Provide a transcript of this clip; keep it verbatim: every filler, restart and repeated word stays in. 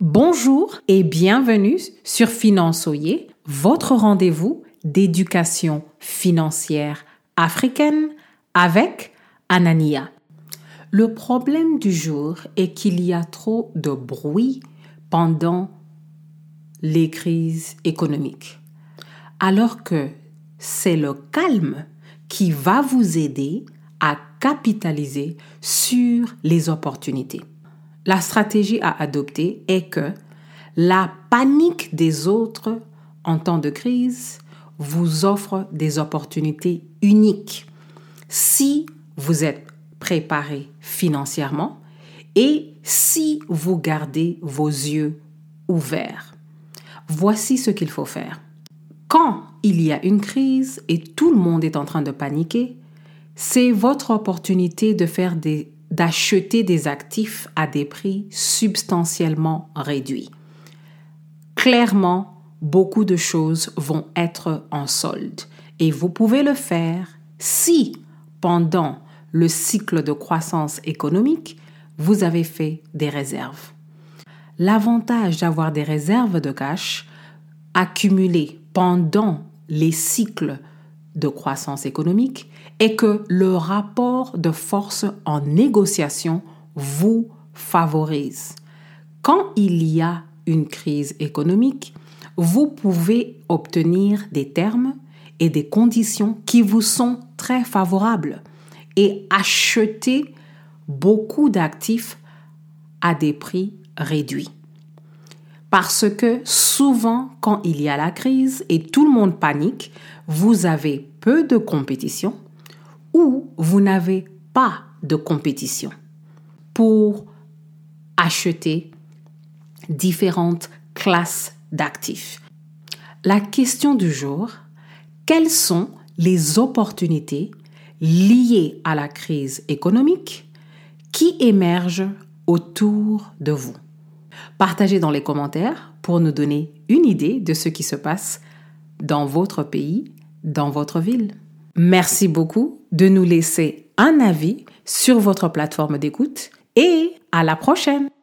Bonjour et bienvenue sur Finançoyer, votre rendez-vous d'éducation financière africaine avec Anania. Le problème du jour est qu'il y a trop de bruit pendant les crises économiques, alors que c'est le calme qui va vous aider à capitaliser sur les opportunités. La stratégie à adopter est que la panique des autres en temps de crise vous offre des opportunités uniques si vous êtes préparé financièrement et si vous gardez vos yeux ouverts. Voici ce qu'il faut faire. Quand il y a une crise et tout le monde est en train de paniquer, c'est votre opportunité de faire des d'acheter des actifs à des prix substantiellement réduits. Clairement, beaucoup de choses vont être en solde et vous pouvez le faire si, pendant le cycle de croissance économique, vous avez fait des réserves. L'avantage d'avoir des réserves de cash accumulées pendant les cycles de croissance économique est que le rapport de force en négociation vous favorise. Quand il y a une crise économique, vous pouvez obtenir des termes et des conditions qui vous sont très favorables et acheter beaucoup d'actifs à des prix réduits. Parce que souvent, quand il y a la crise et tout le monde panique, vous avez peu de compétition ou vous n'avez pas de compétition pour acheter différentes classes d'actifs. La question du jour, quelles sont les opportunités liées à la crise économique qui émergent autour de vous? Partagez dans les commentaires pour nous donner une idée de ce qui se passe dans votre pays, dans votre ville. Merci beaucoup de nous laisser un avis sur votre plateforme d'écoute et à la prochaine!